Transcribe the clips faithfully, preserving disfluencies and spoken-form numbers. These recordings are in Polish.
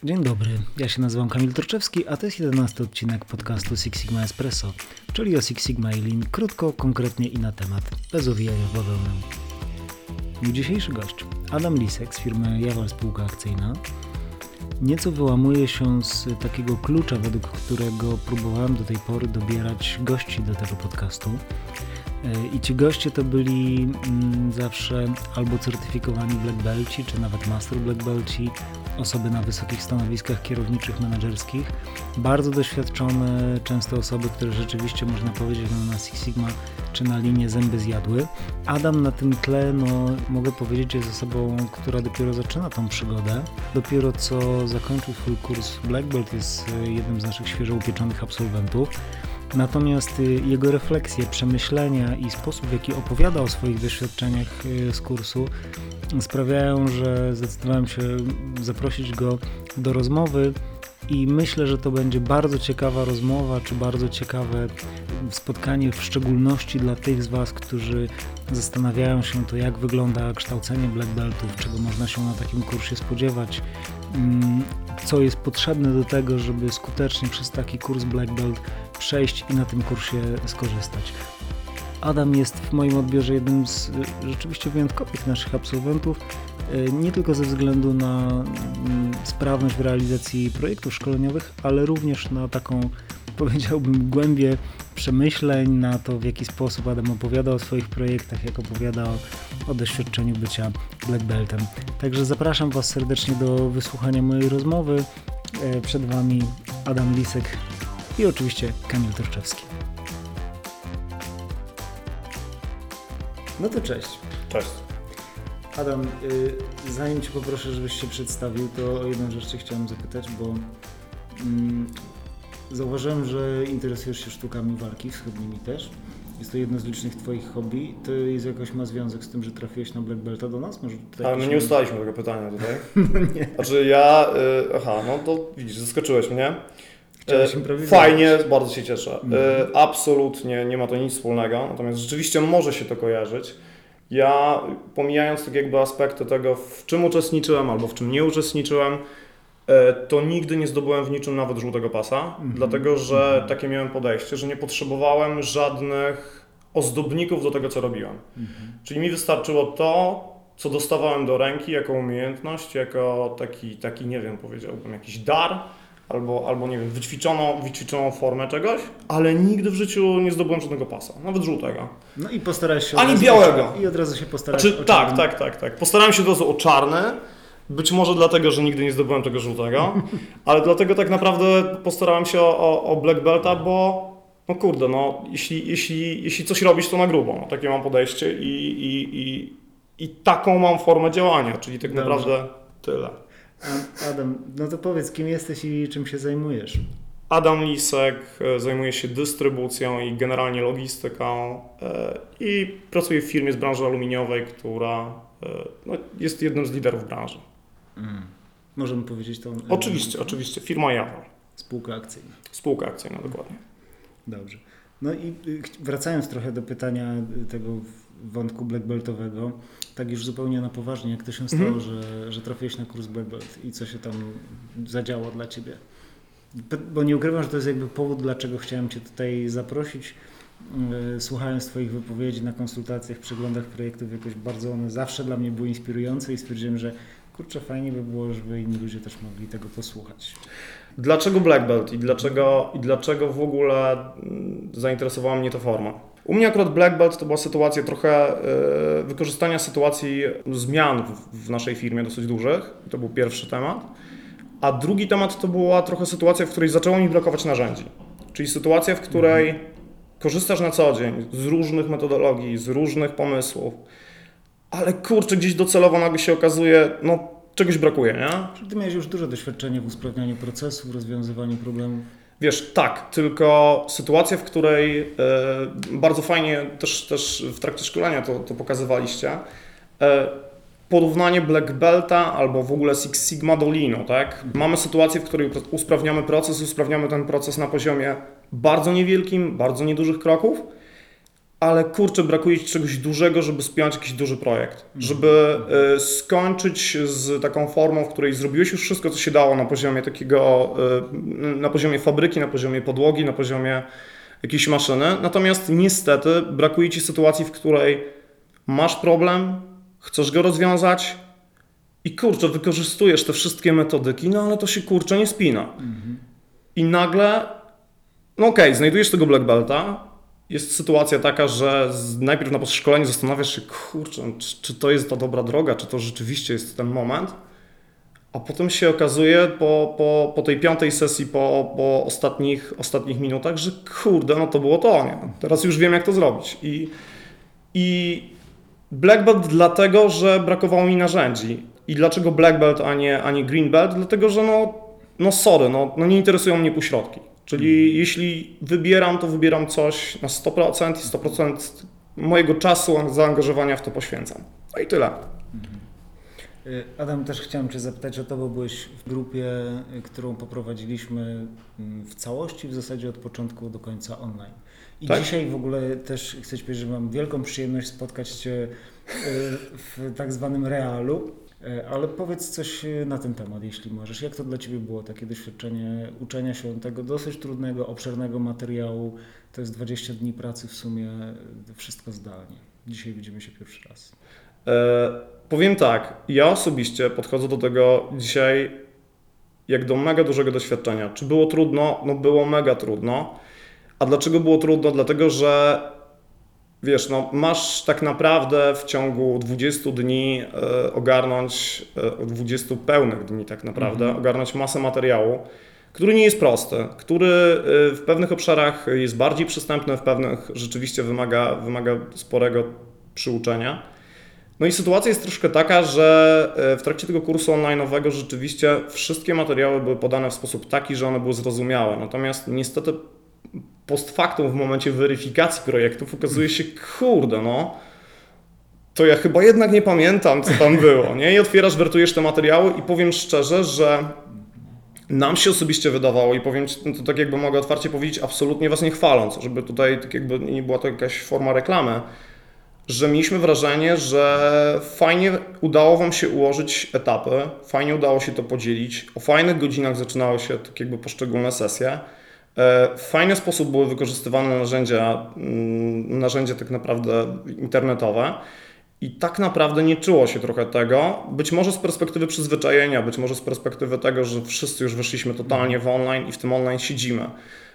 Dzień dobry, ja się nazywam Kamil Torczewski, a to jest jedenasty odcinek podcastu Six Sigma Espresso, czyli o Six Sigma i Lean, krótko, konkretnie i na temat, bez owijania w bawełnę. Mój dzisiejszy gość, Adam Lisek z firmy Jawal Spółka Akcyjna, nieco wyłamuje się z takiego klucza, według którego próbowałem do tej pory dobierać gości do tego podcastu. I ci goście to byli mm, zawsze albo certyfikowani Black Belci, czy nawet Master Black Belci, osoby na wysokich stanowiskach kierowniczych, menedżerskich, bardzo doświadczone, często osoby, które rzeczywiście, można powiedzieć, no, na Six Sigma czy na linie zęby zjadły. Adam na tym tle, no, mogę powiedzieć, jest osobą, która dopiero zaczyna tą przygodę. Dopiero co zakończył swój kurs Black Belt, jest jednym z naszych świeżo upieczonych absolwentów. Natomiast jego refleksje, przemyślenia i sposób, w jaki opowiada o swoich doświadczeniach z kursu, sprawiają, że zdecydowałem się zaprosić go do rozmowy i myślę, że to będzie bardzo ciekawa rozmowa, czy bardzo ciekawe spotkanie, w szczególności dla tych z Was, którzy zastanawiają się to, jak wygląda kształcenie Black Beltów, czego można się na takim kursie spodziewać, co jest potrzebne do tego, żeby skutecznie przez taki kurs Black Belt przejść i na tym kursie skorzystać. Adam jest w moim odbiorze jednym z rzeczywiście wyjątkowych naszych absolwentów, nie tylko ze względu na sprawność w realizacji projektów szkoleniowych, ale również na taką, powiedziałbym, głębię przemyśleń, na to, w jaki sposób Adam opowiada o swoich projektach, jak opowiada o, o doświadczeniu bycia Black Beltem. Także zapraszam Was serdecznie do wysłuchania mojej rozmowy. Przed Wami Adam Lisek i oczywiście Kamil Torczewski. No to cześć. Cześć. Adam, y, zanim Cię poproszę, żebyś się przedstawił, to o jedną rzecz Cię chciałem zapytać, bo mm, zauważyłem, że interesujesz się sztukami walki wschodnimi też. Jest to jedno z licznych Twoich hobby. To jest jakoś ma związek z tym, że trafiłeś na Black Belta do nas? Może tutaj Ale my nie ustaliliśmy tego pytania tutaj. No nie. Znaczy ja, y, aha, no to widzisz, zaskoczyłeś mnie. Chciałeś improwizować. Fajnie, bardzo się cieszę. Mhm. Y, absolutnie nie ma to nic wspólnego, natomiast rzeczywiście może się to kojarzyć. Ja, pomijając tak jakby aspekty tego, w czym uczestniczyłem albo w czym nie uczestniczyłem, y, to nigdy nie zdobyłem w niczym nawet żółtego pasa, mhm. dlatego że mhm. takie miałem podejście, że nie potrzebowałem żadnych ozdobników do tego, co robiłem. Mhm. Czyli mi wystarczyło to, co dostawałem do ręki jako umiejętność, jako taki, taki nie wiem, powiedziałbym, jakiś dar, albo, albo nie wiem, wyćwiczoną, wyćwiczoną formę czegoś, ale nigdy w życiu nie zdobyłem żadnego pasa, nawet żółtego. No i postarałeś się... Ani białego. I od razu się postarałeś znaczy, o tak, tak, tak, tak. Postarałem się od razu o czarny, być może dlatego, że nigdy nie zdobyłem tego żółtego, ale dlatego tak naprawdę postarałem się o, o, o Black Belta, bo no kurde, no jeśli, jeśli, jeśli coś robisz, to na grubo. No, takie mam podejście i, i, i, i taką mam formę działania, czyli tak Dobrze. naprawdę tyle. Adam, no to powiedz, kim jesteś i czym się zajmujesz? Adam Lisek, zajmuje się dystrybucją i generalnie logistyką i pracuję w firmie z branży aluminiowej, która no, jest jednym z liderów branży. Mm. Możemy powiedzieć to? Oczywiście, oczywiście. Firma Jawal. Spółka akcyjna. Spółka akcyjna, dokładnie. Dobrze. No i wracając trochę do pytania tego wątku Black Beltowego, tak już zupełnie na poważnie, jak to się stało, mhm. że, że trafiłeś na kurs Black Belt i co się tam zadziało dla Ciebie? Bo nie ukrywam, że to jest jakby powód, dlaczego chciałem Cię tutaj zaprosić. Słuchając Twoich wypowiedzi na konsultacjach, przeglądach projektów, jakoś bardzo one zawsze dla mnie były inspirujące i stwierdziłem, że kurczę, fajnie by było, żeby inni ludzie też mogli tego posłuchać. Dlaczego Black Belt i dlaczego, i dlaczego w ogóle zainteresowała mnie ta forma? U mnie akurat Black Belt to była sytuacja trochę yy, wykorzystania sytuacji zmian w, w naszej firmie dosyć dużych. To był pierwszy temat. A drugi temat to była trochę sytuacja, w której zaczęło mi brakować narzędzi. Czyli sytuacja, w której mhm. korzystasz na co dzień z różnych metodologii, z różnych pomysłów, ale kurczę, gdzieś docelowo nagle się okazuje, no czegoś brakuje, nie? Ty miałeś już duże doświadczenie w usprawnianiu procesów, rozwiązywaniu problemów. Wiesz, tak, tylko sytuacja, w której y, bardzo fajnie też, też w trakcie szkolenia to, to pokazywaliście, y, porównanie Black Belta albo w ogóle Six Sigma do Leanu, tak? Mhm. Mamy sytuację, w której usprawniamy proces, usprawniamy ten proces na poziomie bardzo niewielkim, bardzo niedużych kroków, ale kurczę, brakuje ci czegoś dużego, żeby spiąć jakiś duży projekt. Żeby y, skończyć z taką formą, w której zrobiłeś już wszystko, co się dało na poziomie takiego, y, na poziomie fabryki, na poziomie podłogi, na poziomie jakiejś maszyny. Natomiast niestety brakuje ci sytuacji, w której masz problem, chcesz go rozwiązać i kurczę, wykorzystujesz te wszystkie metodyki, no ale to się kurczę nie spina. Mhm. I nagle, no okej, okay, znajdujesz tego black belta, jest sytuacja taka, że z, najpierw na szkoleniu zastanawiasz się, kurczę, czy, czy to jest ta dobra droga, czy to rzeczywiście jest ten moment, a potem się okazuje po, po, po tej piątej sesji, po, po ostatnich, ostatnich minutach, że kurde, no to było to, nie? Teraz już wiem, jak to zrobić. I, i black belt dlatego, że brakowało mi narzędzi. I dlaczego black belt, a nie, a nie green belt? Dlatego, że no, no sorry, no, no nie interesują mnie półśrodki. Czyli hmm. jeśli wybieram, to wybieram coś na sto procent i sto procent mojego czasu, zaangażowania w to poświęcam. No i tyle. Adam, też chciałem Cię zapytać o to, bo byłeś w grupie, którą poprowadziliśmy w całości, w zasadzie od początku do końca online. I tak? Dzisiaj w ogóle też chcę Ci powiedzieć, że mam wielką przyjemność spotkać Cię w tak zwanym realu, ale powiedz coś na ten temat, jeśli możesz. Jak to dla Ciebie było, takie doświadczenie uczenia się tego dosyć trudnego, obszernego materiału? To jest dwadzieścia dni pracy w sumie, wszystko zdalnie. Dzisiaj widzimy się pierwszy raz. E, powiem tak, ja osobiście podchodzę do tego dzisiaj jak do mega dużego doświadczenia. Czy było trudno? No było mega trudno. A dlaczego było trudno? Dlatego, że wiesz, no masz tak naprawdę w ciągu dwudziestu dni e, ogarnąć, e, dwudziestu pełnych dni tak naprawdę, mm-hmm. ogarnąć masę materiału, który nie jest prosty, który e, w pewnych obszarach jest bardziej przystępny, w pewnych rzeczywiście wymaga, wymaga sporego przyuczenia. No i sytuacja jest troszkę taka, że w trakcie tego kursu online'owego rzeczywiście wszystkie materiały były podane w sposób taki, że one były zrozumiałe. Natomiast niestety post factum w momencie weryfikacji projektów okazuje się, kurde no, to ja chyba jednak nie pamiętam, co tam było, nie? I otwierasz, wertujesz te materiały i powiem szczerze, że nam się osobiście wydawało i powiem, to tak jakby mogę otwarcie powiedzieć, absolutnie was nie chwaląc, żeby tutaj tak jakby nie była to jakaś forma reklamy, że mieliśmy wrażenie, że fajnie udało wam się ułożyć etapy, fajnie udało się to podzielić, o fajnych godzinach zaczynały się tak jakby poszczególne sesje, w fajny sposób były wykorzystywane narzędzia, narzędzia tak naprawdę internetowe i tak naprawdę nie czuło się trochę tego, być może z perspektywy przyzwyczajenia, być może z perspektywy tego, że wszyscy już weszliśmy totalnie w online i w tym online siedzimy.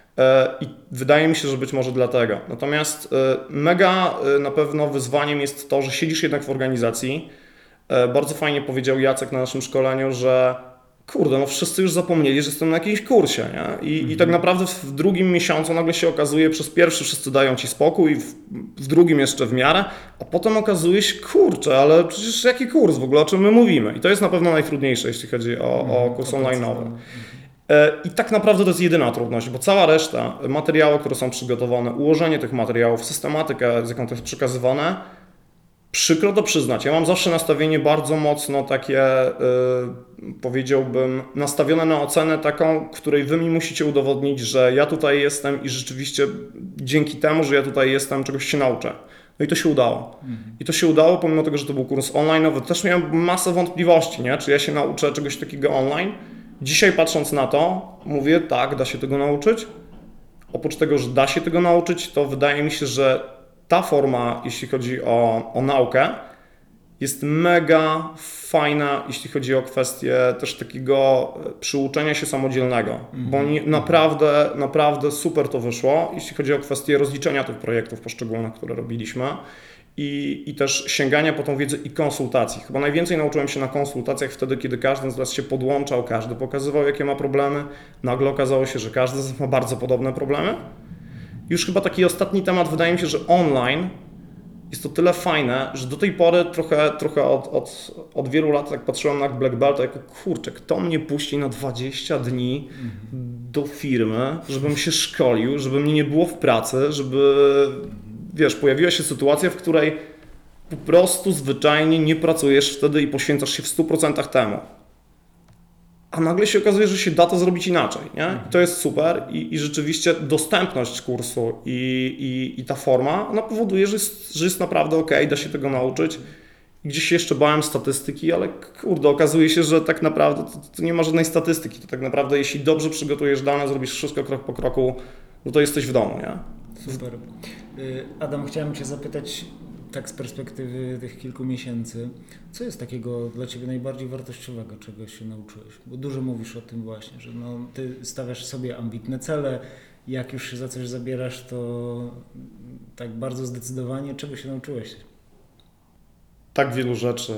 I wydaje mi się, że być może dlatego. Natomiast mega na pewno wyzwaniem jest to, że siedzisz jednak w organizacji. Bardzo fajnie powiedział Jacek na naszym szkoleniu, że kurde, no wszyscy już zapomnieli, że jestem na jakimś kursie, nie? I, mhm. i tak naprawdę w drugim miesiącu nagle się okazuje, przez pierwszy wszyscy dają ci spokój, w, w drugim jeszcze w miarę, a potem okazuje się, kurczę, ale przecież jaki kurs w ogóle, o czym my mówimy? I to jest na pewno najtrudniejsze, jeśli chodzi o, mhm, o kurs online'owy. I tak naprawdę to jest jedyna trudność, bo cała reszta, materiały, które są przygotowane, ułożenie tych materiałów, systematyka, z jaką to jest przekazywane, przykro to przyznać. Ja mam zawsze nastawienie bardzo mocno takie, yy, powiedziałbym, nastawione na ocenę taką, w której wy mi musicie udowodnić, że ja tutaj jestem i rzeczywiście dzięki temu, że ja tutaj jestem, czegoś się nauczę. No i to się udało. Mhm. I to się udało, pomimo tego, że to był kurs online'owy. Też miałem masę wątpliwości, nie? Czy ja się nauczę czegoś takiego online. Dzisiaj patrząc na to, mówię, tak, da się tego nauczyć. Oprócz tego, że da się tego nauczyć, to wydaje mi się, że ta forma, jeśli chodzi o, o naukę, jest mega fajna, jeśli chodzi o kwestię też takiego przyuczenia się samodzielnego, mm-hmm. bo nie, naprawdę, naprawdę super to wyszło, jeśli chodzi o kwestię rozliczenia tych projektów poszczególnych, które robiliśmy. I, i też sięgania po tą wiedzę i konsultacji. Chyba najwięcej nauczyłem się na konsultacjach wtedy, kiedy każdy z nas się podłączał, każdy pokazywał, jakie ma problemy. Nagle okazało się, że każdy z nas ma bardzo podobne problemy. Już chyba taki ostatni temat, wydaje mi się, że online jest to tyle fajne, że do tej pory trochę, trochę od, od, od wielu lat tak patrzyłem na Black Belta jako kurczę, kto mnie puści na dwadzieścia dni do firmy, żebym się szkolił, żeby mnie nie było w pracy, żeby... Wiesz, pojawiła się sytuacja, w której po prostu zwyczajnie nie pracujesz wtedy i poświęcasz się w stu procentach temu. a nagle się okazuje, że się da to zrobić inaczej, nie? I to jest super i, i rzeczywiście dostępność kursu i, i, i ta forma, ona powoduje, że jest, że jest naprawdę okej, da się tego nauczyć. Gdzieś się jeszcze bałem statystyki, ale kurde, okazuje się, że tak naprawdę to, to nie ma żadnej statystyki. To tak naprawdę jeśli dobrze przygotujesz dane, zrobisz wszystko krok po kroku, no to jesteś w domu, nie? Super. Adam, chciałem Cię zapytać tak z perspektywy tych kilku miesięcy, co jest takiego dla Ciebie najbardziej wartościowego, czego się nauczyłeś? Bo dużo mówisz o tym właśnie, że no, Ty stawiasz sobie ambitne cele, jak już się za coś zabierasz, to tak bardzo zdecydowanie, czego się nauczyłeś? Tak wielu rzeczy.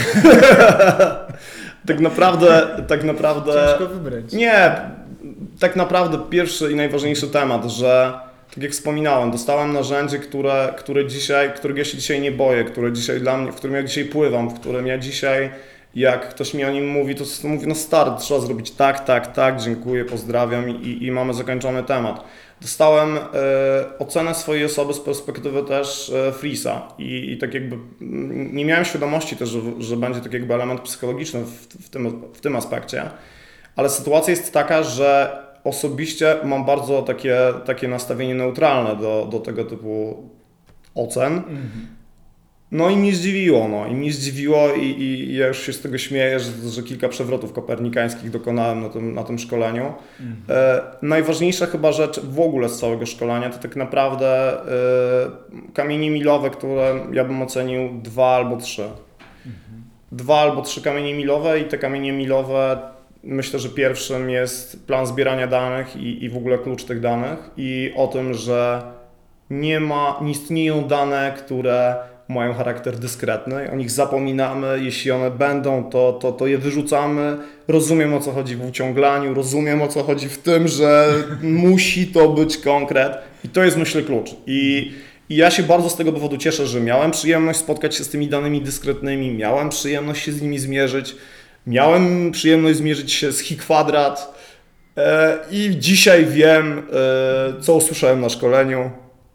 tak naprawdę, tak naprawdę... Ciężko wybrać. Nie, tak naprawdę pierwszy i najważniejszy temat, że tak jak wspominałem, dostałem narzędzie, które, które dzisiaj, którego ja się dzisiaj nie boję, które dzisiaj dla mnie, w którym ja dzisiaj pływam, w którym ja dzisiaj, jak ktoś mi o nim mówi, to, to mówię, no stary, trzeba zrobić tak, tak, tak, dziękuję, pozdrawiam i, i mamy zakończony temat. Dostałem e, ocenę swojej osoby z perspektywy też e, Freesa i, i tak jakby nie miałem świadomości też, że, że będzie tak jakby element psychologiczny w, w, tym, w tym aspekcie, ale sytuacja jest taka, że osobiście mam bardzo takie, takie nastawienie neutralne do, do tego typu ocen. Mm-hmm. No i mnie zdziwiło, no i mnie zdziwiło i, i, i ja już się z tego śmieję, że, że kilka przewrotów kopernikańskich dokonałem na tym, na tym szkoleniu. Mm-hmm. E, najważniejsza chyba rzecz w ogóle z całego szkolenia to tak naprawdę e, kamienie milowe, które ja bym ocenił dwa albo trzy. Mm-hmm. Dwa albo trzy kamienie milowe i te kamienie milowe myślę, że pierwszym jest plan zbierania danych i, i w ogóle klucz tych danych i o tym, że nie ma, nie istnieją dane, które mają charakter dyskretny, o nich zapominamy, jeśli one będą, to, to, to je wyrzucamy. Rozumiem, o co chodzi w uciąglaniu, rozumiem, o co chodzi w tym, że musi to być konkret i to jest, myślę, klucz. I, I ja się bardzo z tego powodu cieszę, że miałem przyjemność spotkać się z tymi danymi dyskretnymi, miałem przyjemność się z nimi zmierzyć, miałem przyjemność zmierzyć się z chi kwadrat e, i dzisiaj wiem, e, co usłyszałem na szkoleniu,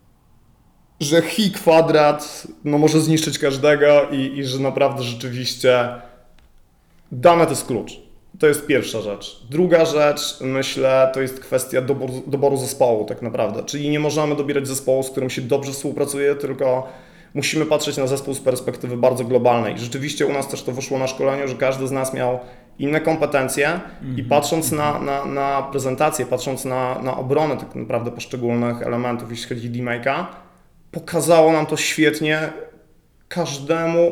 że chi kwadrat no, może zniszczyć każdego i, i że naprawdę rzeczywiście dane to jest klucz. To jest pierwsza rzecz. Druga rzecz, myślę, to jest kwestia doboru, doboru zespołu tak naprawdę. Czyli nie możemy dobierać zespołu, z którym się dobrze współpracuje, tylko musimy patrzeć na zespół z perspektywy bardzo globalnej. Rzeczywiście u nas też to wyszło na szkoleniu, że każdy z nas miał inne kompetencje mm-hmm. i patrząc na, na, na prezentację, patrząc na, na obronę tak naprawdę poszczególnych elementów, jeśli chodzi o D-Make'a, pokazało nam to świetnie każdemu,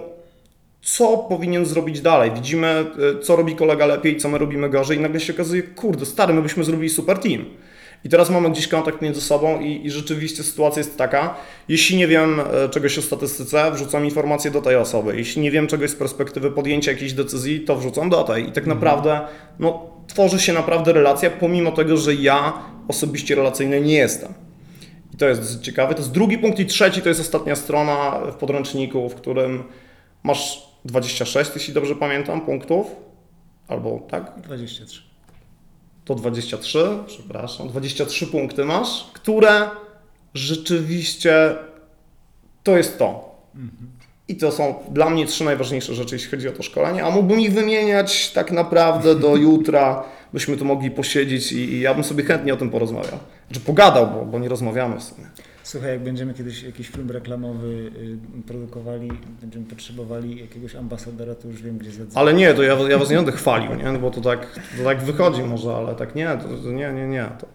co powinien zrobić dalej. Widzimy, co robi kolega lepiej, co my robimy gorzej i nagle się okazuje, kurde, stary, my byśmy zrobili super team. I teraz mamy gdzieś kontakt między sobą i, i rzeczywiście sytuacja jest taka, jeśli nie wiem czegoś o statystyce, wrzucam informację do tej osoby. Jeśli nie wiem czegoś z perspektywy podjęcia jakiejś decyzji, to wrzucam do tej. I tak mhm. naprawdę no, tworzy się naprawdę relacja, pomimo tego, że ja osobiście relacyjny nie jestem. I to jest dosyć ciekawe. To jest drugi punkt i trzeci to jest ostatnia strona w podręczniku, w którym masz dwadzieścia sześć, jeśli dobrze pamiętam, punktów. Albo tak? dwadzieścia trzy. To dwadzieścia trzy, przepraszam, dwadzieścia trzy punkty masz, które rzeczywiście to jest to. Mhm. I to są dla mnie trzy najważniejsze rzeczy, jeśli chodzi o to szkolenie, a mógłbym ich wymieniać tak naprawdę do jutra, byśmy tu mogli posiedzieć i, i ja bym sobie chętnie o tym porozmawiał. Znaczy pogadał, bo, bo nie rozmawiamy w sumie. Słuchaj, jak będziemy kiedyś jakiś film reklamowy y, produkowali, będziemy potrzebowali jakiegoś ambasadora, to już wiem, gdzie zadzwonić. Ale nie, to ja, ja was nie będę chwalił, nie? No bo to tak, to tak wychodzi może, ale tak nie, to, to nie, nie, nie. To...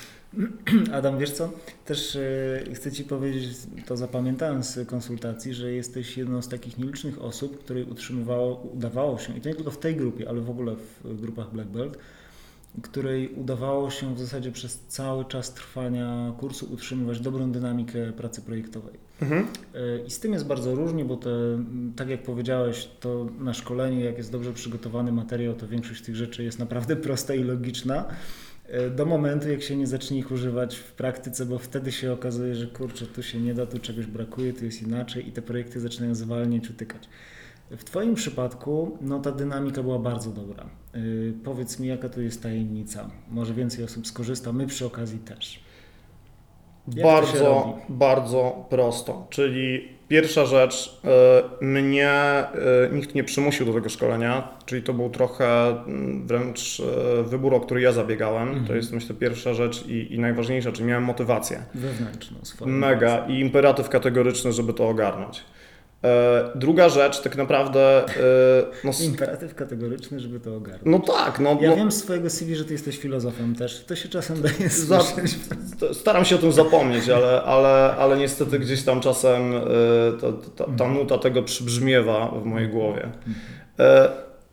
Adam, wiesz co? Też y, chcę Ci powiedzieć, to zapamiętałem z konsultacji, że jesteś jedną z takich nielicznych osób, której utrzymywało, udawało się, i to nie tylko w tej grupie, ale w ogóle w grupach Black Belt, której udawało się w zasadzie przez cały czas trwania kursu utrzymywać dobrą dynamikę pracy projektowej. Mhm. I z tym jest bardzo różnie, bo te, tak jak powiedziałeś, to na szkoleniu, jak jest dobrze przygotowany materiał, to większość tych rzeczy jest naprawdę prosta i logiczna. Do momentu, jak się nie zacznie ich używać w praktyce, bo wtedy się okazuje, że kurczę, tu się nie da, tu czegoś brakuje, tu jest inaczej i te projekty zaczynają zwalniać, utykać. W Twoim przypadku no, ta dynamika była bardzo dobra. Yy, powiedz mi, jaka tu jest tajemnica? Może więcej osób skorzysta, my przy okazji też. Jak to się robi? Bardzo, bardzo prosto. Czyli pierwsza rzecz, y, mnie y, nikt nie przymusił do tego szkolenia, czyli to był trochę mm, wręcz y, wybór, o który ja zabiegałem. Mhm. To jest myślę pierwsza rzecz i, i najważniejsza, czyli miałem motywację. Wewnętrzną swoją. Mega i imperatyw kategoryczny, żeby to ogarnąć. E, druga rzecz, tak naprawdę. E, no, s- Imperatyw kategoryczny, żeby to ogarnąć. no tak, no. Ja no wiem z swojego C V, że ty jesteś filozofem też. To się czasem daje za, słyszeć. staram się o tym zapomnieć, ale, ale, ale niestety gdzieś tam czasem e, ta, ta, ta nuta tego przybrzmiewa w mojej głowie. E,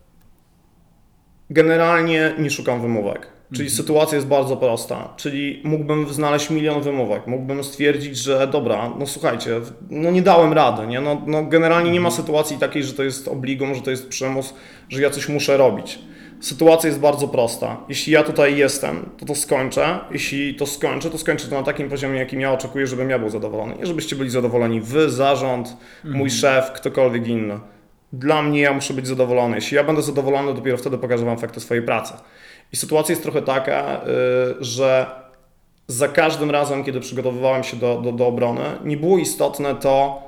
generalnie nie szukam wymówek. Czyli Mhm. sytuacja jest bardzo prosta, czyli mógłbym znaleźć milion wymówek, mógłbym stwierdzić, że dobra, no słuchajcie, no nie dałem rady, nie? No, no generalnie nie ma sytuacji takiej, że to jest obligą, że to jest przymus, że ja coś muszę robić. Sytuacja jest bardzo prosta. Jeśli ja tutaj jestem, to to skończę. Jeśli to skończę, to skończę to na takim poziomie, jakim ja oczekuję, żebym ja był zadowolony. Nie żebyście byli zadowoleni wy, zarząd, mój szef, ktokolwiek inny. Dla mnie ja muszę być zadowolony. Jeśli ja będę zadowolony, dopiero wtedy pokażę wam efekty swojej pracy. I sytuacja jest trochę taka, y, że za każdym razem, kiedy przygotowywałem się do, do, do obrony, nie było istotne to,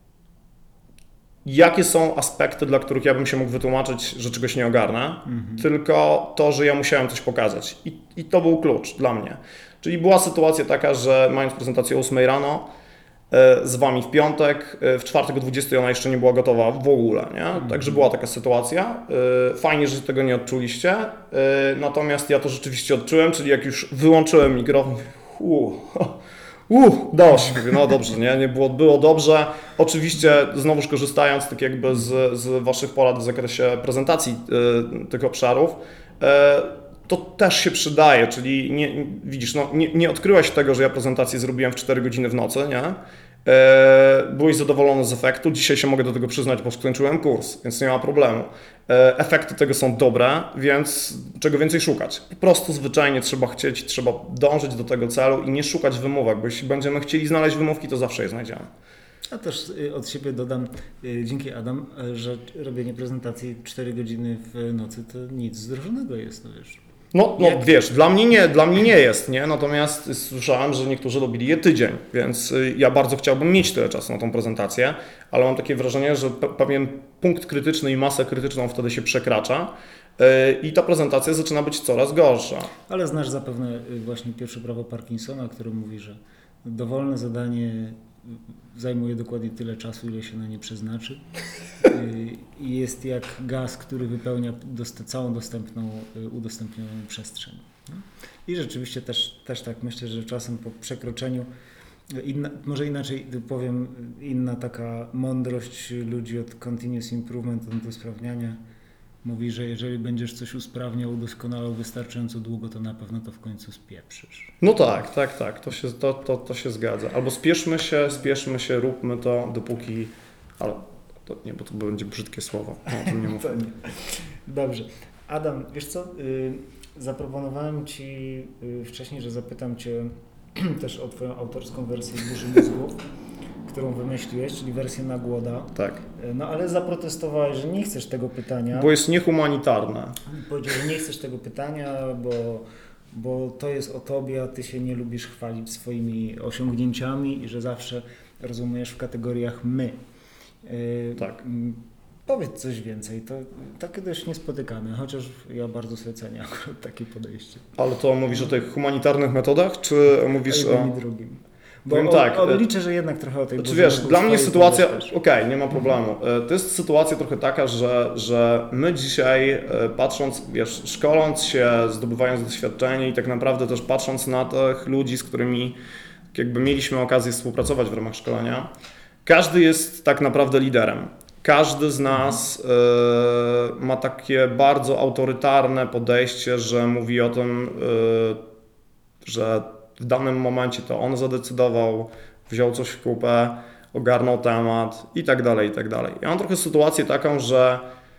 jakie są aspekty, dla których ja bym się mógł wytłumaczyć, że czegoś nie ogarnę, Mhm. tylko to, że ja musiałem coś pokazać. I, I to był klucz dla mnie. Czyli była sytuacja taka, że mając prezentację o ósmej rano, e, z wami w piątek, e, w czwartek o dwudziestej ona jeszcze nie była gotowa w ogóle, nie? Także była taka sytuacja. E, Fajnie, że tego nie odczuliście, e, natomiast ja to rzeczywiście odczułem, czyli jak już wyłączyłem mikrofon, mówię, uh, uh, dało się, mówię, no dobrze, nie? Nie było, było dobrze. Oczywiście znowuż korzystając tak jakby z, z waszych porad w zakresie prezentacji e, tych obszarów, e, to też się przydaje, czyli nie, widzisz, no, nie, nie odkryłeś tego, że ja prezentację zrobiłem w cztery godziny w nocy, nie? E, byłeś zadowolony z efektu, dzisiaj się mogę do tego przyznać, bo skończyłem kurs, więc nie ma problemu. E, efekty tego są dobre, więc czego więcej szukać? Po prostu zwyczajnie trzeba chcieć, trzeba dążyć do tego celu i nie szukać wymówek, bo jeśli będziemy chcieli znaleźć wymówki, to zawsze je znajdziemy. A też y, od siebie dodam, y, dzięki Adam, y, że robienie prezentacji cztery godziny w nocy to nic zdrożonego jest, no wiesz. No, no Jak- wiesz, dla mnie nie, dla mnie nie jest, nie? Natomiast słyszałem, że niektórzy robili je tydzień, więc y, ja bardzo chciałbym mieć tyle czasu na tą prezentację, ale mam takie wrażenie, że pe- pewien punkt krytyczny i masę krytyczną wtedy się przekracza y, i ta prezentacja zaczyna być coraz gorsza. Ale znasz zapewne y, właśnie pierwsze prawo Parkinsona, które mówi, że dowolne zadanie y, zajmuje dokładnie tyle czasu, ile się na nie przeznaczy y, i jest jak gaz, który wypełnia dost- całą dostępną, y, udostępnioną przestrzeń. No. I rzeczywiście też, też tak myślę, że czasem po przekroczeniu, inna, może inaczej powiem, inna taka mądrość ludzi od continuous improvement, od usprawniania, mówi, że jeżeli będziesz coś usprawniał, udoskonalał wystarczająco długo, to na pewno to w końcu spieprzysz. No tak, tak, tak, to się, to, to, to się zgadza. Albo spieszmy się, spieszmy się, róbmy to, dopóki... Ale to nie, bo to będzie brzydkie słowo, no, o tym nie mówmy. To nie. Dobrze. Adam, wiesz co, y, zaproponowałem Ci y, wcześniej, że zapytam Cię też o Twoją autorską wersję Burzy Mózgów, którą wymyśliłeś, czyli wersję na głoda. Tak, Y, No ale zaprotestowałeś, że nie chcesz tego pytania. bo jest niehumanitarne. Powiedział, że nie chcesz tego pytania, bo, bo to jest o Tobie, a Ty się nie lubisz chwalić swoimi osiągnięciami i że zawsze rozumiesz w kategoriach my. Yy, Tak. m, Powiedz coś więcej, to takie dość niespotykane, chociaż ja bardzo sobie cenię akurat takie podejście. Ale to mówisz o tych humanitarnych metodach, czy mówisz A jednym o... i drugim. Bo Powiem o, tak, o, e, liczę, że jednak trochę o tej Znaczy Burzy wiesz, Mózgów dla mnie swojej sytuacja, powiesz też. okej, nie ma problemu. E, To jest sytuacja trochę taka, że, że my dzisiaj e, patrząc, wiesz, szkoląc się, zdobywając doświadczenie i tak naprawdę też patrząc na tych ludzi, z którymi jakby mieliśmy okazję współpracować w ramach szkolenia, każdy jest tak naprawdę liderem. Każdy z nas e, ma takie bardzo autorytarne podejście, że mówi o tym, e, że w danym momencie to on zadecydował, wziął coś w kupę, ogarnął temat i tak dalej, i tak dalej. Ja mam trochę sytuację taką, że,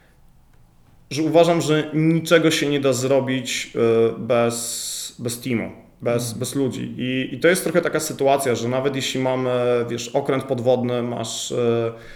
że uważam, że niczego się nie da zrobić y, bez, bez teamu, bez, bez ludzi. I, I to jest trochę taka sytuacja, że nawet jeśli mamy, wiesz, okręt podwodny, masz y,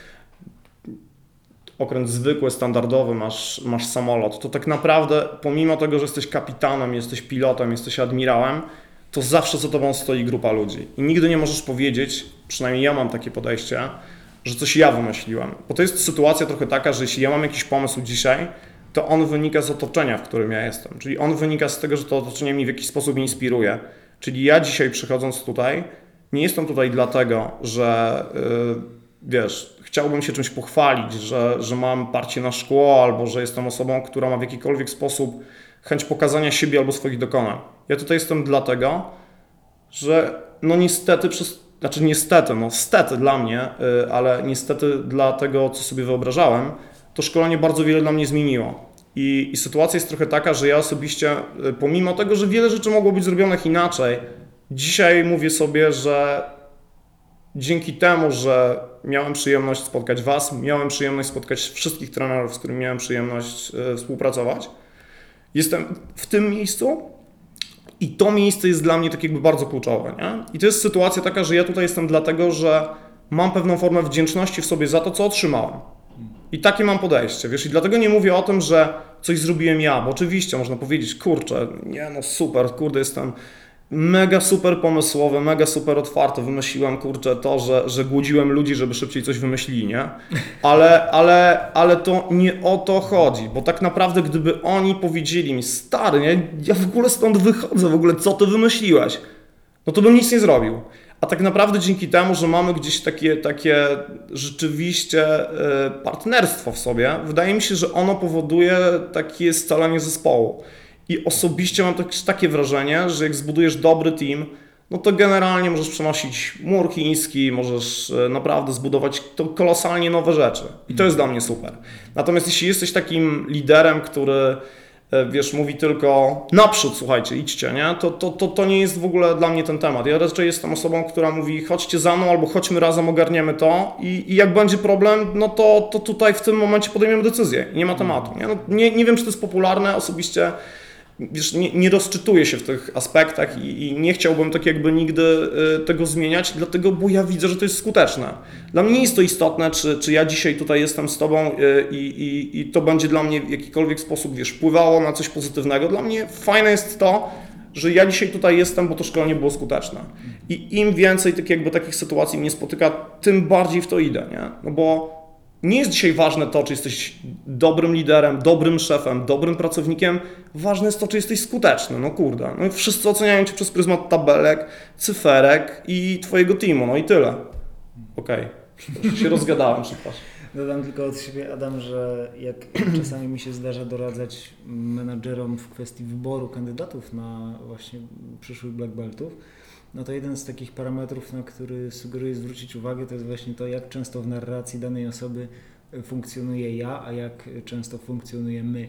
okręt zwykły, standardowy, masz, masz samolot, to tak naprawdę pomimo tego, że jesteś kapitanem, jesteś pilotem, jesteś admirałem, to zawsze za tobą stoi grupa ludzi. I nigdy nie możesz powiedzieć, przynajmniej ja mam takie podejście, że coś ja wymyśliłem. Bo to jest sytuacja trochę taka, że jeśli ja mam jakiś pomysł dzisiaj, to on wynika z otoczenia, w którym ja jestem. Czyli on wynika z tego, że to otoczenie mnie w jakiś sposób inspiruje. Czyli ja dzisiaj przychodząc tutaj, nie jestem tutaj dlatego, że yy, wiesz, chciałbym się czymś pochwalić, że, że mam parcie na szkło, albo że jestem osobą, która ma w jakikolwiek sposób chęć pokazania siebie albo swoich dokonań. Ja tutaj jestem dlatego, że no niestety przez, znaczy niestety, no stety dla mnie, yy, ale niestety dla tego, co sobie wyobrażałem, to szkolenie bardzo wiele dla mnie zmieniło. I, I sytuacja jest trochę taka, że ja osobiście, pomimo tego, że wiele rzeczy mogło być zrobionych inaczej, dzisiaj mówię sobie, że dzięki temu, że miałem przyjemność spotkać Was, miałem przyjemność spotkać wszystkich trenerów, z którymi miałem przyjemność y, współpracować, jestem w tym miejscu i to miejsce jest dla mnie tak jakby bardzo kluczowe. Nie? I to jest sytuacja taka, że ja tutaj jestem dlatego, że mam pewną formę wdzięczności w sobie za to, co otrzymałem. I takie mam podejście, wiesz, i dlatego nie mówię o tym, że coś zrobiłem ja, bo oczywiście można powiedzieć, kurczę, nie no super, kurde, jestem mega super pomysłowy, mega super otwarty, wymyśliłem, kurczę, to, że, że głodziłem ludzi, żeby szybciej coś wymyślili, nie? Ale, ale, ale to nie o to chodzi, bo tak naprawdę gdyby oni powiedzieli mi, stary, nie, ja w ogóle stąd wychodzę, w ogóle co ty wymyśliłeś, no to bym nic nie zrobił. A tak naprawdę dzięki temu, że mamy gdzieś takie, takie rzeczywiście partnerstwo w sobie, wydaje mi się, że ono powoduje takie scalanie zespołu. I osobiście mam takie wrażenie, że jak zbudujesz dobry team, no to generalnie możesz przenosić mur chiński, możesz naprawdę zbudować to kolosalnie nowe rzeczy. I to jest dla mnie super. Natomiast jeśli jesteś takim liderem, który wiesz, mówi tylko naprzód, słuchajcie, idźcie, nie? To, to, to, to nie jest w ogóle dla mnie ten temat. Ja raczej jestem osobą, która mówi chodźcie za mną albo chodźmy razem, ogarniemy to i, i jak będzie problem, no to, to tutaj w tym momencie podejmiemy decyzję i nie ma tematu. Nie? No, nie, nie wiem, czy to jest popularne, osobiście wiesz, nie, nie rozczytuję się w tych aspektach i, i nie chciałbym tak jakby nigdy y, tego zmieniać, dlatego, bo ja widzę, że to jest skuteczne. Dla mnie nie jest to istotne, czy, czy ja dzisiaj tutaj jestem z Tobą y, i, i to będzie dla mnie w jakikolwiek sposób, wiesz, wpływało na coś pozytywnego. Dla mnie fajne jest to, że ja dzisiaj tutaj jestem, bo to szkolenie było skuteczne. I im więcej tak jakby takich sytuacji mnie spotyka, tym bardziej w to idę, nie? No bo nie jest dzisiaj ważne to, czy jesteś dobrym liderem, dobrym szefem, dobrym pracownikiem. Ważne jest to, czy jesteś skuteczny. No kurde. No i wszyscy oceniają Cię przez pryzmat tabelek, cyferek i Twojego teamu. No i tyle. Okej. Okay. się rozgadałem, przepraszam. Dodam tylko od siebie, Adam, że jak czasami mi się zdarza doradzać menadżerom w kwestii wyboru kandydatów na właśnie przyszłych black beltów, no to jeden z takich parametrów, na który sugeruję zwrócić uwagę, to jest właśnie to, jak często w narracji danej osoby funkcjonuje ja, a jak często funkcjonuje my.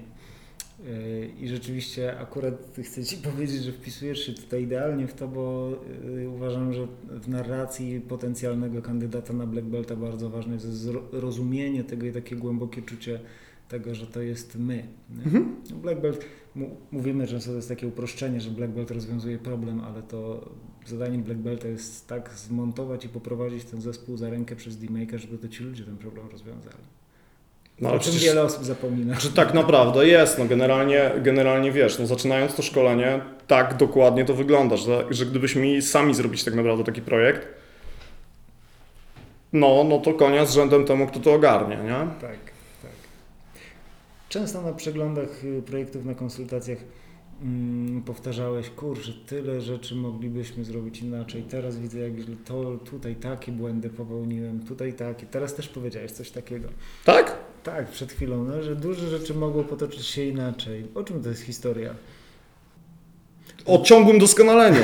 I rzeczywiście akurat chcę Ci powiedzieć, że wpisujesz się tutaj idealnie w to, bo uważam, że w narracji potencjalnego kandydata na black belta bardzo ważne jest zrozumienie tego i takie głębokie czucie tego, że to jest my. Mhm. Black belt, mówimy często, to jest takie uproszczenie, że black belt rozwiązuje problem, ale to zadaniem black belta jest tak zmontować i poprowadzić ten zespół za rękę przez D-Maker, żeby to ci ludzie ten problem rozwiązali. No, ale o czym wiele osób zapomina. Że tak naprawdę jest, no generalnie, generalnie wiesz, no zaczynając to szkolenie, tak dokładnie to wygląda, że, że gdybyśmy mieli sami zrobić tak naprawdę taki projekt, no, no to konia z rzędem temu, kto to ogarnie, nie? Tak, tak. Często na przeglądach projektów, na konsultacjach mm, powtarzałeś, kurczę, tyle rzeczy moglibyśmy zrobić inaczej, teraz widzę, jak to tutaj takie błędy popełniłem, tutaj takie, teraz też powiedziałeś coś takiego. Tak? Tak, przed chwilą, no, że duże rzeczy mogło potoczyć się inaczej. O czym to jest historia? O ciągłym doskonaleniu.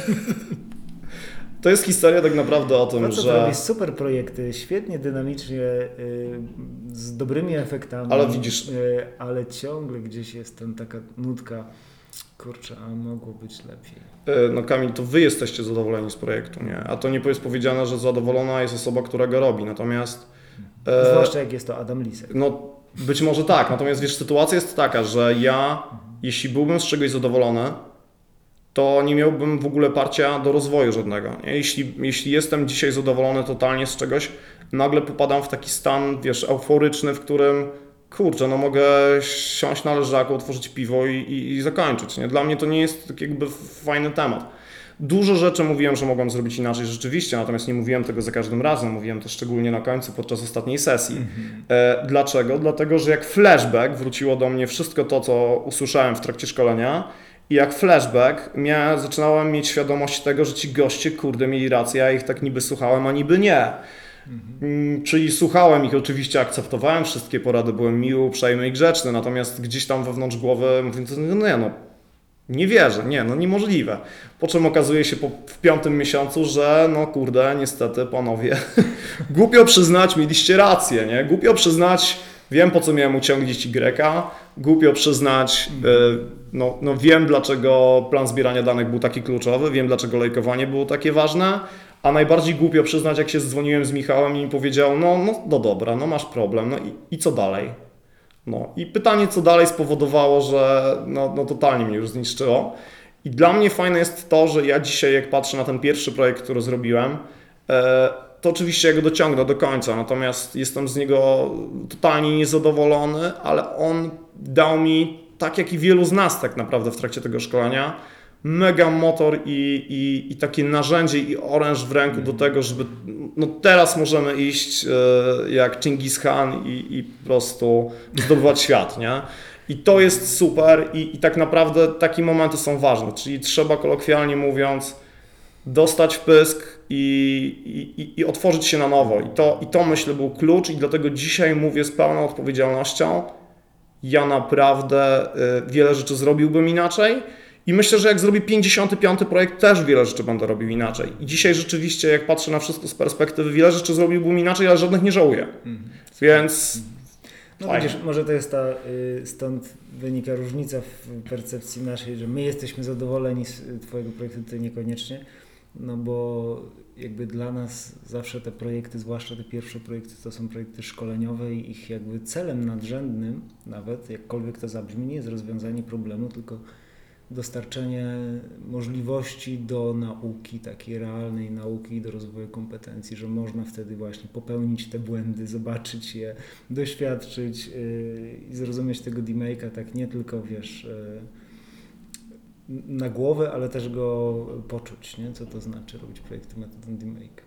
To jest historia tak naprawdę o tym, to, że... robisz super projekty, świetnie, dynamicznie, yy, z dobrymi efektami, ale widzisz... Yy, ale ciągle gdzieś jest tam taka nutka, kurczę, a mogło być lepiej. Yy, no Kamil, to wy jesteście zadowoleni z projektu, nie? A to nie jest powiedziane, że zadowolona jest osoba, która go robi, natomiast... E, Zwłaszcza jak jest to Adam Lisek. No być może tak, natomiast wiesz, sytuacja jest taka, że ja, mhm. jeśli byłbym z czegoś zadowolony, to nie miałbym w ogóle parcia do rozwoju żadnego. Nie? Jeśli, jeśli jestem dzisiaj zadowolony totalnie z czegoś, nagle popadam w taki stan, wiesz, euforyczny, w którym kurczę, no mogę siąść na leżaku, otworzyć piwo i, i, i zakończyć. Nie? Dla mnie to nie jest tak jakby fajny temat. Dużo rzeczy mówiłem, że mogłem zrobić inaczej rzeczywiście, natomiast nie mówiłem tego za każdym razem, mówiłem to szczególnie na końcu podczas ostatniej sesji. Mhm. E, dlaczego? Dlatego, że jak flashback wróciło do mnie wszystko to, co usłyszałem w trakcie szkolenia i jak flashback miałem, zaczynałem mieć świadomość tego, że ci goście, kurde, mieli rację, ja ich tak niby słuchałem, a niby nie. Mhm. Czyli słuchałem ich, oczywiście akceptowałem wszystkie porady, byłem miły, uprzejmy i grzeczny, natomiast gdzieś tam wewnątrz głowy mówię, no nie no, nie wierzę, nie, no niemożliwe. Po czym okazuje się po, w piątym miesiącu, że no kurde, niestety panowie, głupio przyznać, mieliście rację, nie? Głupio przyznać, wiem po co miałem uciągnąć Y, głupio przyznać, y, no, no wiem dlaczego plan zbierania danych był taki kluczowy, wiem dlaczego lejkowanie było takie ważne, a najbardziej głupio przyznać, jak się dzwoniłem z Michałem i mi powiedział, no, no, no dobra, no masz problem, no i, i co dalej? No i pytanie, co dalej spowodowało, że no, no totalnie mnie już zniszczyło. I dla mnie fajne jest to, że ja dzisiaj, jak patrzę na ten pierwszy projekt, który zrobiłem, to oczywiście ja go dociągnę do końca, natomiast jestem z niego totalnie niezadowolony, ale on dał mi, tak jak i wielu z nas tak naprawdę w trakcie tego szkolenia, mega motor i, i, i takie narzędzie i oręż w ręku do tego, żeby no teraz możemy iść e, jak Chingis Khan i, i po prostu zdobywać świat, nie? I to jest super i, i tak naprawdę takie momenty są ważne, czyli trzeba kolokwialnie mówiąc dostać w pysk i, i, i otworzyć się na nowo. I to, I to myślę był klucz i dlatego dzisiaj mówię z pełną odpowiedzialnością, ja naprawdę y, wiele rzeczy zrobiłbym inaczej i myślę, że jak zrobię pięćdziesiąty piąty projekt, też wiele rzeczy będę robił inaczej. I dzisiaj rzeczywiście, jak patrzę na wszystko z perspektywy, wiele rzeczy zrobiłbym inaczej, ale żadnych nie żałuję. Mhm. Więc... No fajnie. Widzisz, może to jest ta, y, stąd wynika różnica w percepcji naszej, że my jesteśmy zadowoleni z twojego projektu, ty niekoniecznie, no bo jakby dla nas zawsze te projekty, zwłaszcza te pierwsze projekty, to są projekty szkoleniowe i ich jakby celem nadrzędnym, nawet jakkolwiek to zabrzmi, nie jest rozwiązanie problemu, tylko dostarczenie możliwości do nauki, takiej realnej nauki, do rozwoju kompetencji, że można wtedy właśnie popełnić te błędy, zobaczyć je, doświadczyć yy, i zrozumieć tego demake'a tak nie tylko, wiesz, yy, na głowę, ale też go poczuć, nie? Co to znaczy robić projekty metodą demake.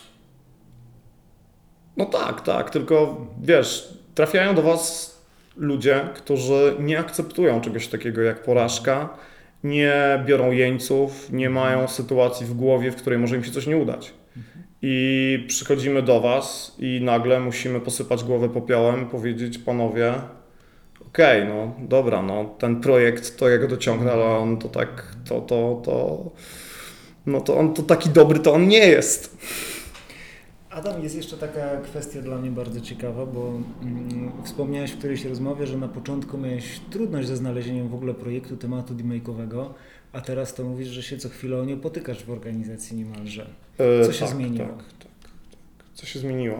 No tak, tak, tylko wiesz, trafiają do was ludzie, którzy nie akceptują czegoś takiego jak porażka, nie biorą jeńców, nie mają sytuacji w głowie, w której może im się coś nie udać. Mhm. I przychodzimy do was i nagle musimy posypać głowę popiołem i powiedzieć, panowie, okej, okay, no dobra, no ten projekt to ja go dociągnę, ale on to tak, to, to, to, no to on to taki dobry to on nie jest. Adam, jest jeszcze taka kwestia dla mnie bardzo ciekawa, bo mm, wspomniałeś w którejś rozmowie, że na początku miałeś trudność ze znalezieniem w ogóle projektu, tematu demake'owego, a teraz to mówisz, że się co chwilę o nie potykasz w organizacji niemalże. Co się tak, zmieniło? Tak, tak, tak. Co się zmieniło?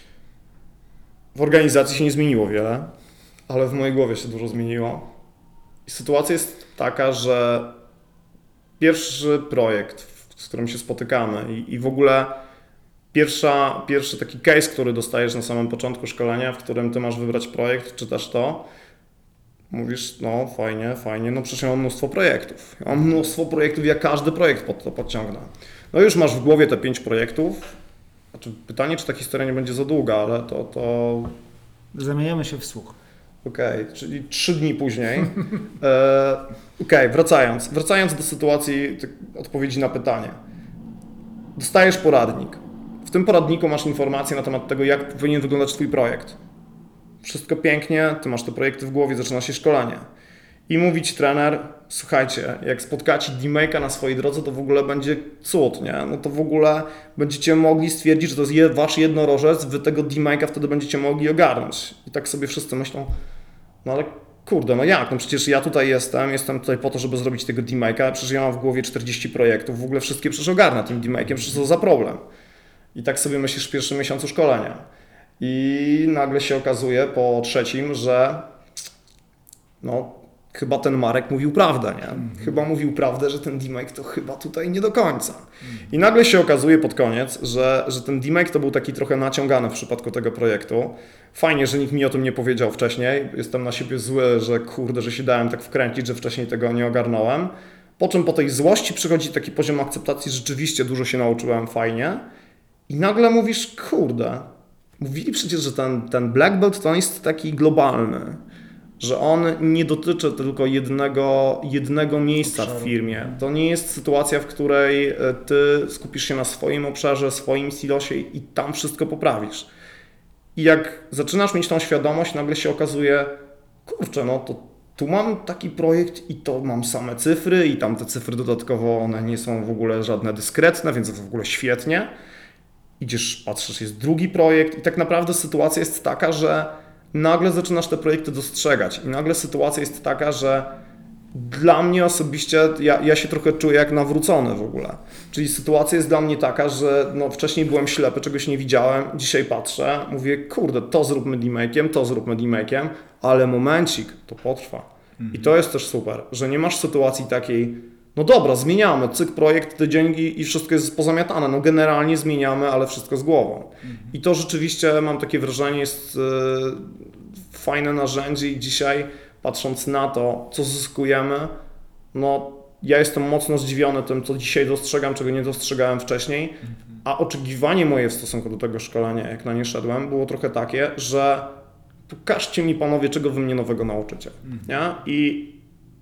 W organizacji się nie zmieniło wiele, ale w mojej głowie się dużo zmieniło. I sytuacja jest taka, że pierwszy projekt, z którym się spotykamy i, i w ogóle Pierwsza, pierwszy taki case, który dostajesz na samym początku szkolenia, w którym ty masz wybrać projekt, czytasz to, mówisz, no fajnie, fajnie, no przecież ja mam mnóstwo projektów. Ja mam mnóstwo projektów, ja każdy projekt pod to podciągnę. No już masz w głowie te pięć projektów. Znaczy pytanie, czy ta historia nie będzie za długa, ale to... to... Zamieniamy się w słuch. Okej, okay, czyli trzy dni później. e, Okej, okay, wracając. Wracając do sytuacji odpowiedzi na pytanie. Dostajesz poradnik. W tym poradniku masz informacje na temat tego, jak powinien wyglądać twój projekt. Wszystko pięknie, ty masz te projekty w głowie, zaczyna się szkolenie. I mówi ci trener, słuchajcie, jak spotkacie demake'a na swojej drodze, to w ogóle będzie cud, nie? No to w ogóle będziecie mogli stwierdzić, że to jest wasz jednorożec, wy tego demake'a wtedy będziecie mogli ogarnąć. I tak sobie wszyscy myślą, no ale kurde, no jak? No przecież ja tutaj jestem, jestem tutaj po to, żeby zrobić tego demake'a, przecież ja mam w głowie czterdzieści projektów, w ogóle wszystkie przecież ogarnę tym demake'iem, przecież to za problem. I tak sobie myślisz w pierwszym miesiącu szkolenia. I nagle się okazuje po trzecim, że no chyba ten Marek mówił prawdę, nie? Mm-hmm. Chyba mówił prawdę, że ten demake to chyba tutaj nie do końca. Mm-hmm. I nagle się okazuje pod koniec, że, że ten demake to był taki trochę naciągany w przypadku tego projektu. Fajnie, że nikt mi o tym nie powiedział wcześniej. Jestem na siebie zły, że kurde, że się dałem tak wkręcić, że wcześniej tego nie ogarnąłem. Po czym po tej złości przychodzi taki poziom akceptacji, rzeczywiście dużo się nauczyłem, fajnie. I nagle mówisz, kurde, mówili przecież, że ten, ten Black Belt to jest taki globalny, że on nie dotyczy tylko jednego, jednego miejsca w firmie. To nie jest sytuacja, w której ty skupisz się na swoim obszarze, swoim silosie i tam wszystko poprawisz. I jak zaczynasz mieć tą świadomość, nagle się okazuje, kurczę, no to tu mam taki projekt i to mam same cyfry i tam te cyfry dodatkowo, one nie są w ogóle żadne dyskretne, więc to w ogóle świetnie. Idziesz, patrzysz, jest drugi projekt i tak naprawdę sytuacja jest taka, że nagle zaczynasz te projekty dostrzegać i nagle sytuacja jest taka, że dla mnie osobiście, ja, ja się trochę czuję jak nawrócony w ogóle. Czyli sytuacja jest dla mnie taka, że no wcześniej byłem ślepy, czegoś nie widziałem, dzisiaj patrzę, mówię, kurde, to zróbmy demake'iem, to zróbmy demake'iem, ale momencik, to potrwa. Mhm. I to jest też super, że nie masz sytuacji takiej, no dobra, zmieniamy, cyk, projekt, tydzień i, i wszystko jest pozamiatane. No generalnie zmieniamy, ale wszystko z głową. Mhm. I to rzeczywiście, mam takie wrażenie, jest yy, fajne narzędzie i dzisiaj, patrząc na to, co zyskujemy, no ja jestem mocno zdziwiony tym, co dzisiaj dostrzegam, czego nie dostrzegałem wcześniej, mhm. a oczekiwanie moje w stosunku do tego szkolenia, jak na nie szedłem, było trochę takie, że pokażcie mi panowie, czego wy mnie nowego nauczycie. Mhm. Nie? I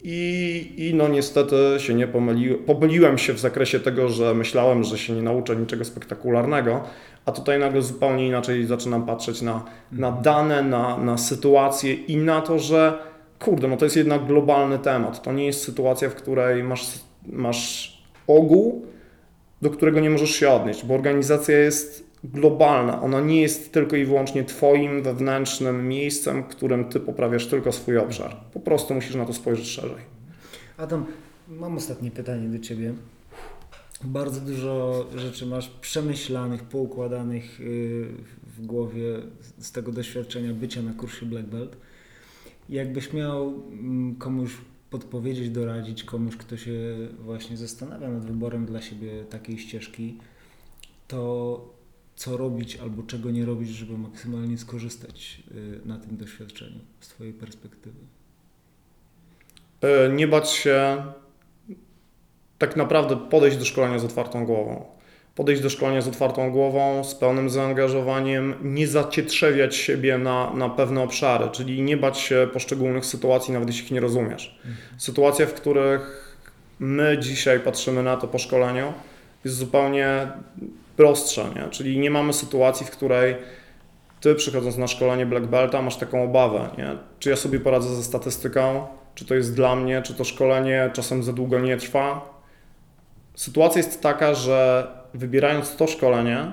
I, I no niestety się nie pomyliłem. Pomyliłem się w zakresie tego, że myślałem, że się nie nauczę niczego spektakularnego, a tutaj nagle zupełnie inaczej zaczynam patrzeć na, na dane, na, na sytuację i na to, że kurde, no to jest jednak globalny temat. To nie jest sytuacja, w której masz, masz ogół, do którego nie możesz się odnieść, bo organizacja jest globalna. Ona nie jest tylko i wyłącznie twoim wewnętrznym miejscem, w którym ty poprawiasz tylko swój obszar. Po prostu musisz na to spojrzeć szerzej. Adam, mam ostatnie pytanie do ciebie. Bardzo dużo rzeczy masz przemyślanych, poukładanych w głowie z tego doświadczenia bycia na kursie Black Belt. Jakbyś miał komuś podpowiedzieć, doradzić, komuś, kto się właśnie zastanawia nad wyborem dla siebie takiej ścieżki, to co robić albo czego nie robić, żeby maksymalnie skorzystać na tym doświadczeniu z twojej perspektywy? Nie bać się, tak naprawdę podejść do szkolenia z otwartą głową. Podejść do szkolenia z otwartą głową, z pełnym zaangażowaniem, nie zacietrzewiać siebie na, na pewne obszary, czyli nie bać się poszczególnych sytuacji, nawet jeśli ich nie rozumiesz. Mhm. Sytuacja, w których my dzisiaj patrzymy na to po szkoleniu, jest zupełnie prostsza, nie? Czyli nie mamy sytuacji, w której ty przychodząc na szkolenie Black Belta masz taką obawę, nie? Czy ja sobie poradzę ze statystyką, czy to jest dla mnie, czy to szkolenie czasem za długo nie trwa. Sytuacja jest taka, że wybierając to szkolenie,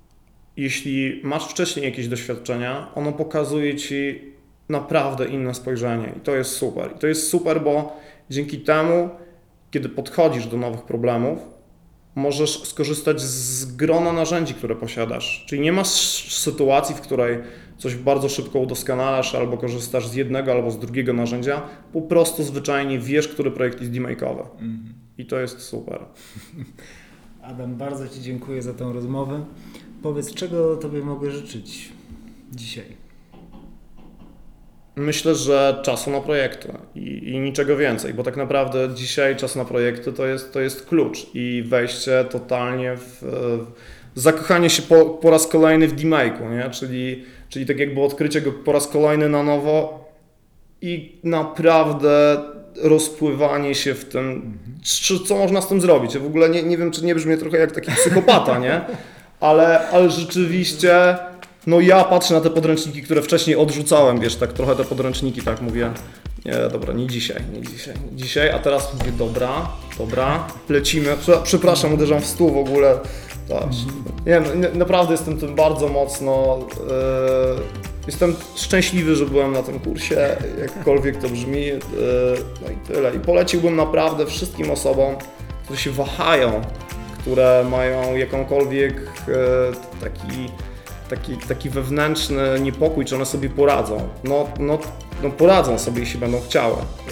jeśli masz wcześniej jakieś doświadczenia, ono pokazuje ci naprawdę inne spojrzenie i to jest super. I to jest super, bo dzięki temu, kiedy podchodzisz do nowych problemów, możesz skorzystać z grona narzędzi, które posiadasz. Czyli nie masz sytuacji, w której coś bardzo szybko udoskonalasz albo korzystasz z jednego albo z drugiego narzędzia. Po prostu zwyczajnie wiesz, który projekt jest demake'owy. Mm-hmm. I to jest super. Adam, bardzo ci dziękuję za tę rozmowę. Powiedz, czego tobie mogę życzyć dzisiaj? Myślę, że czasu na projekty i, i niczego więcej, bo tak naprawdę dzisiaj czas na projekty to jest, to jest klucz i wejście totalnie w, w zakochanie się po, po raz kolejny w demake'u, nie? Czyli, czyli tak jakby odkrycie go po raz kolejny na nowo i naprawdę rozpływanie się w tym, mhm. co można z tym zrobić. Ja w ogóle nie, nie wiem, czy nie brzmi trochę jak taki psychopata, nie? Ale, ale rzeczywiście... No ja patrzę na te podręczniki, które wcześniej odrzucałem, wiesz, tak trochę te podręczniki, tak mówię, nie, dobra, nie dzisiaj, nie dzisiaj, nie dzisiaj, a teraz mówię, dobra, dobra, lecimy, przepraszam, uderzam w stół w ogóle, tak. Nie, no, naprawdę jestem tym bardzo mocno, yy, jestem szczęśliwy, że byłem na tym kursie, jakkolwiek to brzmi, yy, no i tyle. I poleciłbym naprawdę wszystkim osobom, które się wahają, które mają jakąkolwiek yy, taki... Taki, taki wewnętrzny niepokój, czy one sobie poradzą. No, no, no poradzą sobie, jeśli będą chciały.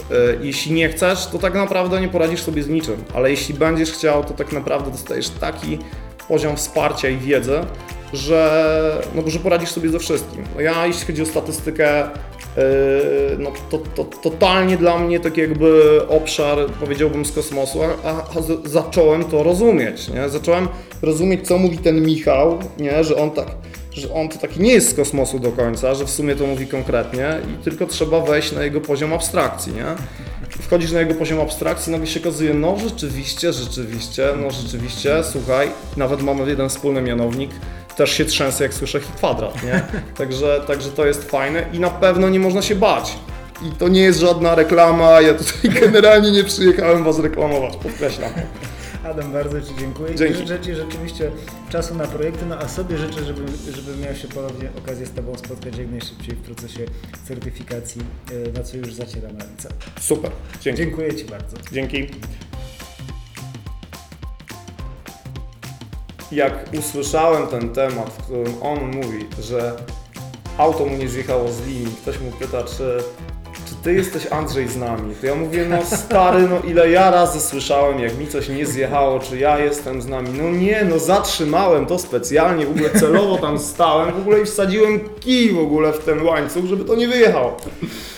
Jeśli nie chcesz, to tak naprawdę nie poradzisz sobie z niczym, ale jeśli będziesz chciał, to tak naprawdę dostajesz taki poziom wsparcia i wiedzy, że, no, że poradzisz sobie ze wszystkim. No ja, jeśli chodzi o statystykę, yy, no to, to totalnie dla mnie tak jakby obszar, powiedziałbym, z kosmosu, a, a z, zacząłem to rozumieć, nie? Zacząłem rozumieć, co mówi ten Michał, nie? Że on tak, że on to taki nie jest z kosmosu do końca, że w sumie to mówi konkretnie i tylko trzeba wejść na jego poziom abstrakcji, nie? Wchodzisz na jego poziom abstrakcji, nagle się okazuje, no rzeczywiście, rzeczywiście, no rzeczywiście, słuchaj, nawet mamy jeden wspólny mianownik, też się trzęsę, jak słyszę hit kwadrat, nie? Także, także to jest fajne i na pewno nie można się bać. I to nie jest żadna reklama, ja tutaj generalnie nie przyjechałem was reklamować, podkreślam. Adam, bardzo Ci dziękuję. Dzięki. Życzę Ci rzeczywiście czasu na projekty, no a sobie życzę, żeby, żeby miał się ponownie okazję z Tobą spotkać jak najszybciej w procesie certyfikacji, na co już zacieram ręce. Super, dzięki. Dziękuję Ci bardzo. Dzięki. Jak usłyszałem ten temat, w którym on mówi, że auto mu nie zjechało z linii, ktoś mu pyta, czy, czy ty jesteś, Andrzej, z nami, to ja mówię, no stary, no ile ja razy słyszałem, jak mi coś nie zjechało, czy ja jestem z nami, no nie, no zatrzymałem to specjalnie, w ogóle celowo tam stałem, w ogóle i wsadziłem kij w ogóle w ten łańcuch, żeby to nie wyjechało.